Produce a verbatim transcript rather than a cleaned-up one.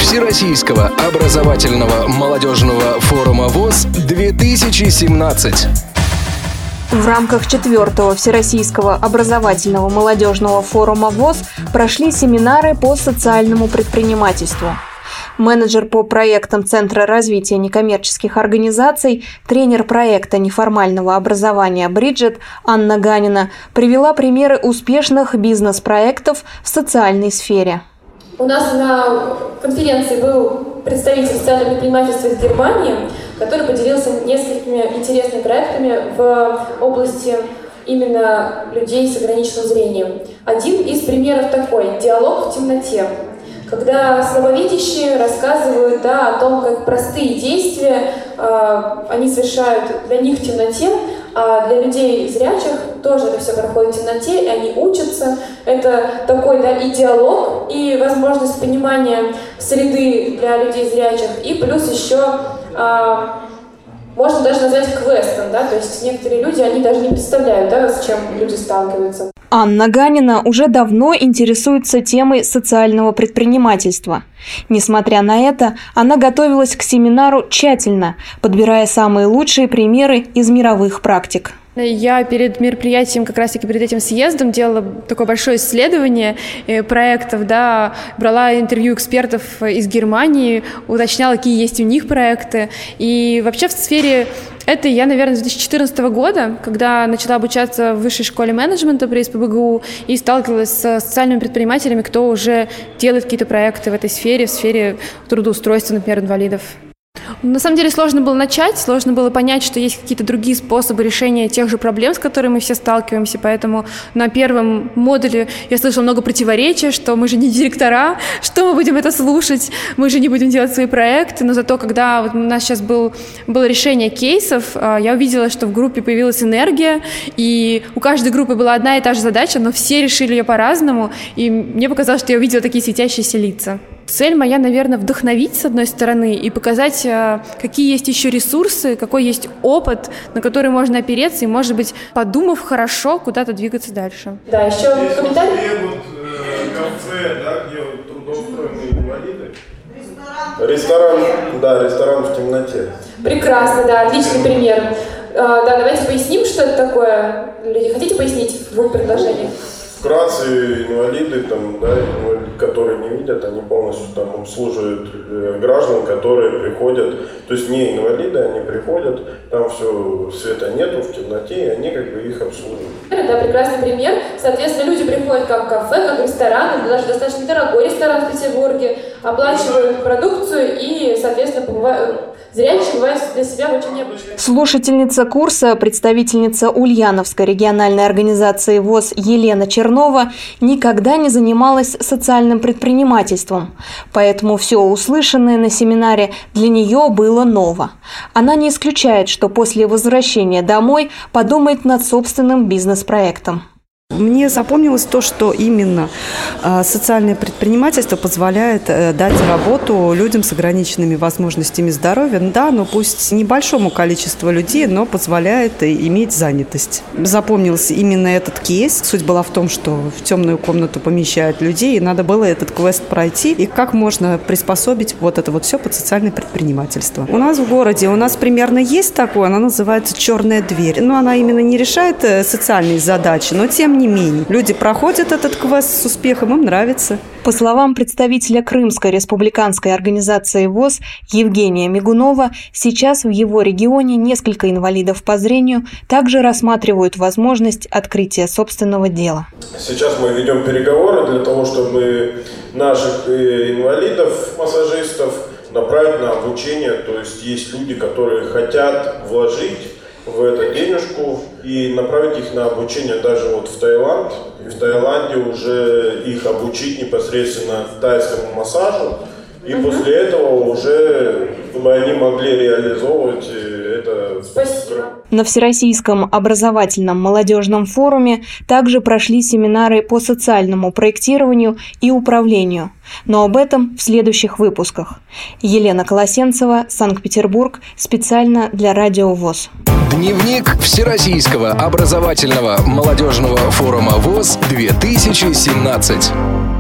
Всероссийского образовательного молодежного форума ВОС-две тысячи семнадцать. В рамках четвертого Всероссийского образовательного молодежного форума ВОС прошли семинары по социальному предпринимательству. Менеджер по проектам Центра развития некоммерческих организаций, тренер проекта неформального образования «Бриджит» Анна Ганина привела примеры успешных бизнес-проектов в социальной сфере. У нас на конференции был представитель социального предпринимательства из Германии, который поделился несколькими интересными проектами в области именно людей с ограниченным зрением. Один из примеров такой – диалог в темноте. Когда слабовидящие рассказывают да, о том, как простые действия э, они совершают для них в темноте, а для людей зрячих тоже это все проходит в темноте, и они учатся. Это такой да, и диалог, и возможность понимания среды для людей зрячих, и плюс еще э, можно даже назвать квестом, да, то есть некоторые люди, они даже не представляют, да, с чем люди сталкиваются. Анна Ганина уже давно интересуется темой социального предпринимательства. Несмотря на это, она готовилась к семинару тщательно, подбирая самые лучшие примеры из мировых практик. Я перед мероприятием, как раз-таки перед этим съездом, делала такое большое исследование проектов, да, брала интервью экспертов из Германии, уточняла, какие есть у них проекты. И вообще в сфере этой я, наверное, с две тысячи четырнадцатого года, когда начала обучаться в высшей школе менеджмента при эс пэ бэ гэ у и сталкивалась с социальными предпринимателями, кто уже делает какие-то проекты в этой сфере, в сфере трудоустройства, например, инвалидов. На самом деле сложно было начать, сложно было понять, что есть какие-то другие способы решения тех же проблем, с которыми мы все сталкиваемся, поэтому на первом модуле я слышала много противоречий, что мы же не директора, что мы будем это слушать, мы же не будем делать свои проекты, но зато когда вот у нас сейчас был, было решение кейсов, я увидела, что в группе появилась энергия, и у каждой группы была одна и та же задача, но все решили ее по-разному, и мне показалось, что я увидела такие светящиеся лица. Цель моя, наверное, вдохновить, с одной стороны, и показать, какие есть еще ресурсы, какой есть опыт, на который можно опереться, и, может быть, подумав хорошо, куда-то двигаться дальше. Да, еще комментарий? Вот, э, кафе, да, где вот трудоустроенные инвалиды. Ресторан. Ресторан, да, ресторан в темноте. Прекрасно, да, отличный пример. А, да, давайте поясним, что это такое. Люди, хотите пояснить в двух предложениях? Вкратце, инвалиды, там, да, которые не видят, они полностью там обслуживают э, граждан, которые приходят, то есть не инвалиды, они приходят, там все, света нету, в темноте, и они как бы их обслуживают. Это прекрасный пример. Соответственно, люди приходят как в кафе, как в ресторан, это даже достаточно дорогой ресторан в Петербурге, оплачивают продукцию и, соответственно, побывают... Зрячие бывают для себя очень необычно. Слушательница курса, представительница Ульяновской региональной организации ВОС Елена Чернова никогда не занималась социальным предпринимательством, поэтому все услышанное на семинаре для нее было ново. Она не исключает, что после возвращения домой подумает над собственным бизнес-проектом. Мне запомнилось то, что именно социальное предпринимательство позволяет дать работу людям с ограниченными возможностями здоровья. Да, но пусть небольшому количеству людей, но позволяет иметь занятость. Запомнился именно этот кейс. Суть была в том, что в темную комнату помещают людей, и надо было этот квест пройти, и как можно приспособить вот это вот все под социальное предпринимательство. У нас в городе, у нас примерно есть такое, она называется «Черная дверь». Но она именно не решает социальные задачи, но тем не Не менее. Люди проходят этот квест с успехом, им нравится. По словам представителя Крымской республиканской организации ВОС Евгения Мигунова, сейчас в его регионе несколько инвалидов по зрению также рассматривают возможность открытия собственного дела. Сейчас мы ведем переговоры для того, чтобы наших инвалидов, массажистов направить на обучение. То есть есть люди, которые хотят вложить в это денежку и направить их на обучение даже вот в Таиланд. И в Таиланде уже их обучить непосредственно тайскому массажу. И угу. после этого уже чтобы они могли реализовывать это. Спасибо. На Всероссийском образовательном молодежном форуме также прошли семинары по социальному проектированию и управлению. Но об этом в следующих выпусках. Елена Колосенцева, Санкт-Петербург, специально для Радио ВОС. Дневник Всероссийского образовательного молодежного форума ВОС-две тысячи семнадцать.